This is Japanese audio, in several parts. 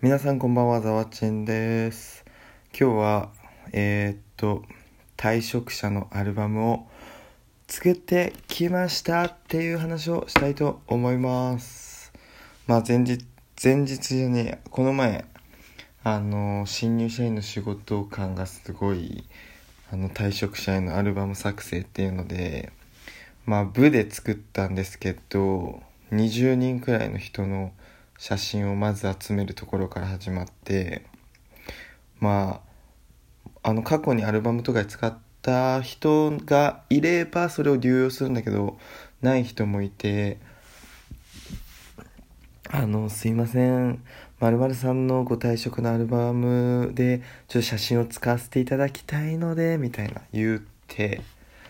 皆さんこんばんは、ざわちんです。今日は退職者のアルバムを作ってきましたっていう話をしたいと思います。前日じゃねえ、この前新入社員の仕事感がすごい退職者へのアルバム作成っていうので、部で作ったんですけど、20人くらいの人の写真をまず集めるところから始まって、過去にアルバムとかで使った人がいればそれを流用するんだけど、ない人もいて、すいません、〇〇さんのご退職のアルバムでちょっと写真を使わせていただきたいのでみたいな言って、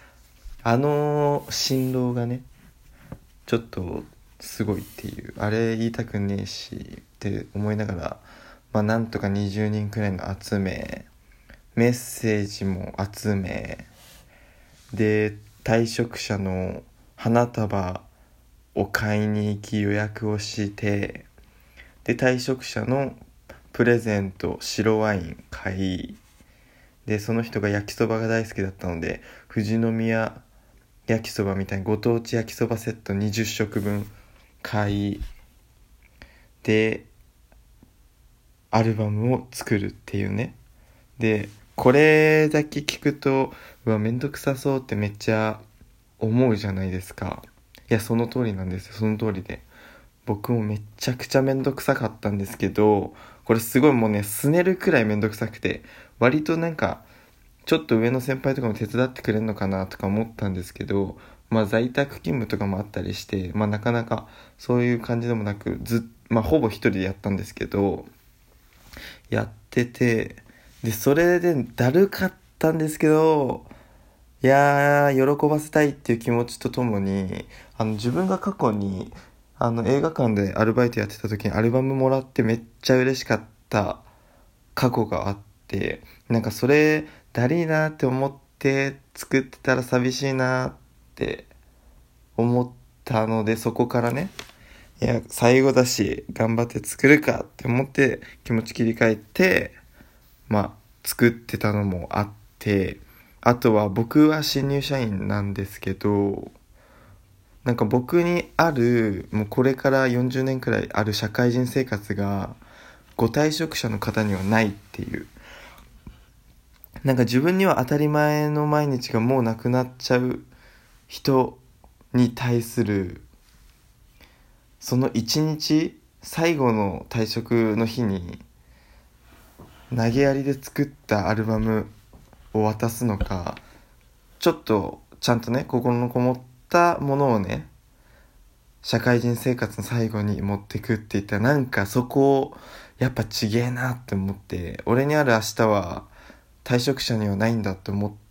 新郎がね、ちょっとすごいっていう、あれ言いたくねえしって思いながら、なんとか20人くらいの集め、メッセージも集めで、退職者の花束を買いに行き予約をして、で退職者のプレゼント白ワイン買い、でその人が焼きそばが大好きだったので富士宮焼きそばみたいにご当地焼きそばセット20食分買いでアルバムを作るっていうね。でこれだけ聞くと、めんどくさそうってめっちゃ思うじゃないですか。いや、その通りなんですよ。その通りで、僕もめっちゃくちゃめんどくさかったんですけど、これすごいもうね、すねるくらいめんどくさくて、割とちょっと上の先輩とかも手伝ってくれるのかなとか思ったんですけど、在宅勤務とかもあったりして、なかなかそういう感じでもなく、ほぼ一人でやったんですけど、やってて、でそれでだるかったんですけど、いやー、喜ばせたいっていう気持ちとともに、自分が過去に映画館でアルバイトやってた時にアルバムもらってめっちゃ嬉しかった過去があって、それだりーなって思って作ってたら寂しいなって思ったので、そこからね、いや最後だし頑張って作るかって思って気持ち切り替えて、作ってたのもあって、あとは僕は新入社員なんですけど、僕にある、もうこれから40年くらいある社会人生活がご退職者の方にはないっていう、自分には当たり前の毎日がもうなくなっちゃう人に対する、その一日、最後の退職の日に投げやりで作ったアルバムを渡すのか、ちょっとちゃんとね、心のこもったものをね、社会人生活の最後に持ってくって言ったら、そこやっぱちげえなって思って、俺にある明日は退職者にはないんだって思って、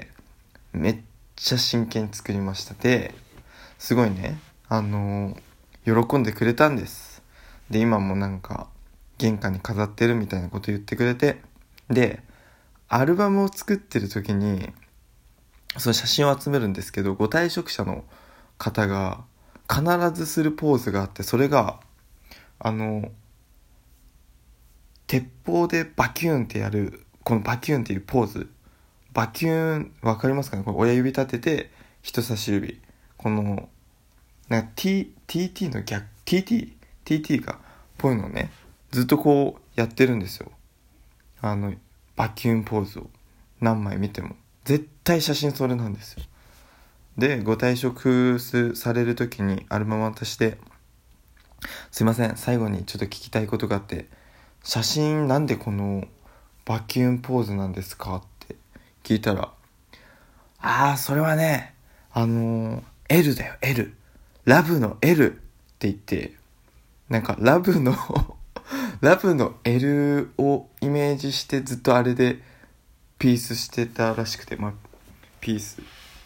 めっちゃ真剣に作りました。で、すごいね、喜んでくれたんです。で、今も玄関に飾ってるみたいなこと言ってくれて、でアルバムを作ってる時にその写真を集めるんですけど、ご退職者の方が必ずするポーズがあって、それが鉄砲でバキューンってやる、このバキューンっていうポーズ、バキューンわかりますかね。これ親指立てて人差し指、このTT の逆 TT がこういうのをね、ずっとこうやってるんですよ。バキューンポーズを何枚見ても絶対写真それなんですよ。でご退職される時にアルバム渡して、すいません、最後にちょっと聞きたいことがあって、写真なんでこのバキューンポーズなんですかって聞いたら、それはね、L だよ、 L、 ラブの L って言って、ラブのラブの L をイメージしてずっとあれでピースしてたらしくて、ピース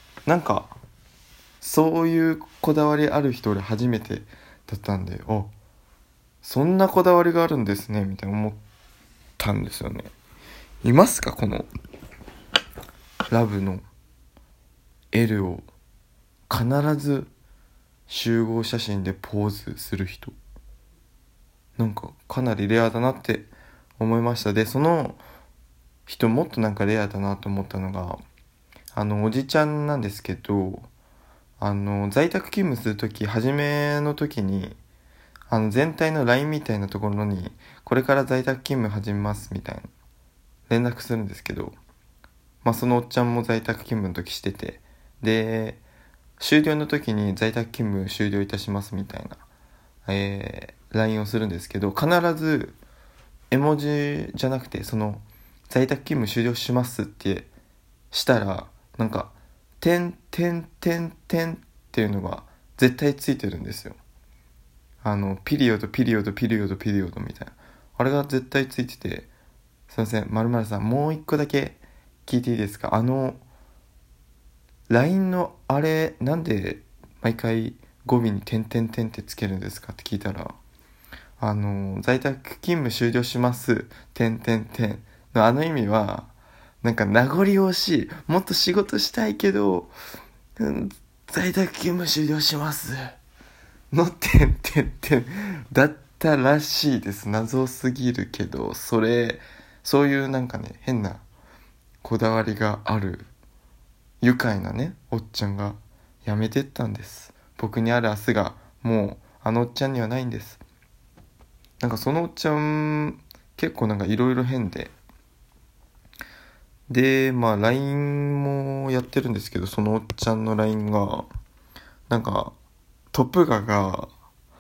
そういうこだわりある人俺初めてだったんで、そんなこだわりがあるんですねみたいな思ったんですよね。いますか、このラブの L を必ず集合写真でポーズする人。 なんかかなりレアだなって思いました。でその人もっとなんかレアだなと思ったのがおじちゃんなんですけど、在宅勤務するとき初めの時に全体の LINE みたいなところにこれから在宅勤務始めますみたいな連絡するんですけど、そのおっちゃんも在宅勤務の時してて、で終了の時に在宅勤務終了いたしますみたいな、LINE をするんですけど、必ず絵文字じゃなくてその在宅勤務終了しますってしたらなんか点点点点っていうのが絶対ついてるんですよ。ピリオドピリオドピリオドピリオドみたいな、あれが絶対ついてて、すいません〇〇さんもう一個だけ聞いていいですか。LINE のあれなんで毎回語尾に点点点ってつけるんですかって聞いたら、在宅勤務終了します点点点の意味はなんか名残惜しい、もっと仕事したいけど、在宅勤務終了しますの点点点だったらしいです。謎すぎるけど、そういうなんかね変なこだわりがある愉快なねおっちゃんが辞めてったんです。僕にある明日がもうおっちゃんにはないんです。なんかそのおっちゃん結構なんかいろいろ変で LINE もやってるんですけど、そのおっちゃんの LINE がなんかトップ画が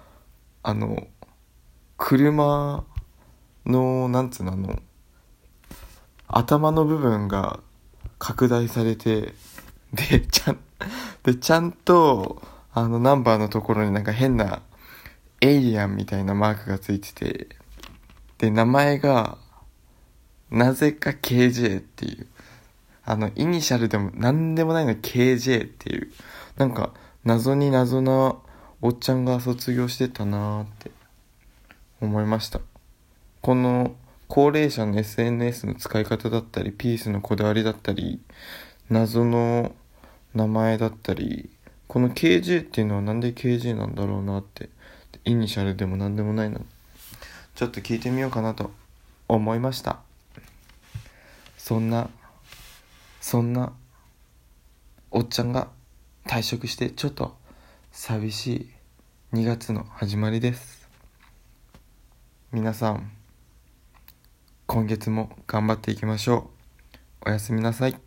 車のなんつうの頭の部分が拡大されて、でちゃんとナンバーのところになんか変なエイリアンみたいなマークがついてて、で名前がなぜか KJ っていう、イニシャルでもなんでもないの KJ っていう、なんか謎に謎なおっちゃんが卒業してたなーって思いました。この高齢者の SNS の使い方だったり、ピースのこだわりだったり、謎の名前だったり、この KJ っていうのはなんで KJ なんだろうなって、イニシャルでもなんでもないのにちょっと聞いてみようかなと思いました。そんなおっちゃんが退職してちょっと寂しい2月の始まりです。皆さん今月も頑張っていきましょう。おやすみなさい。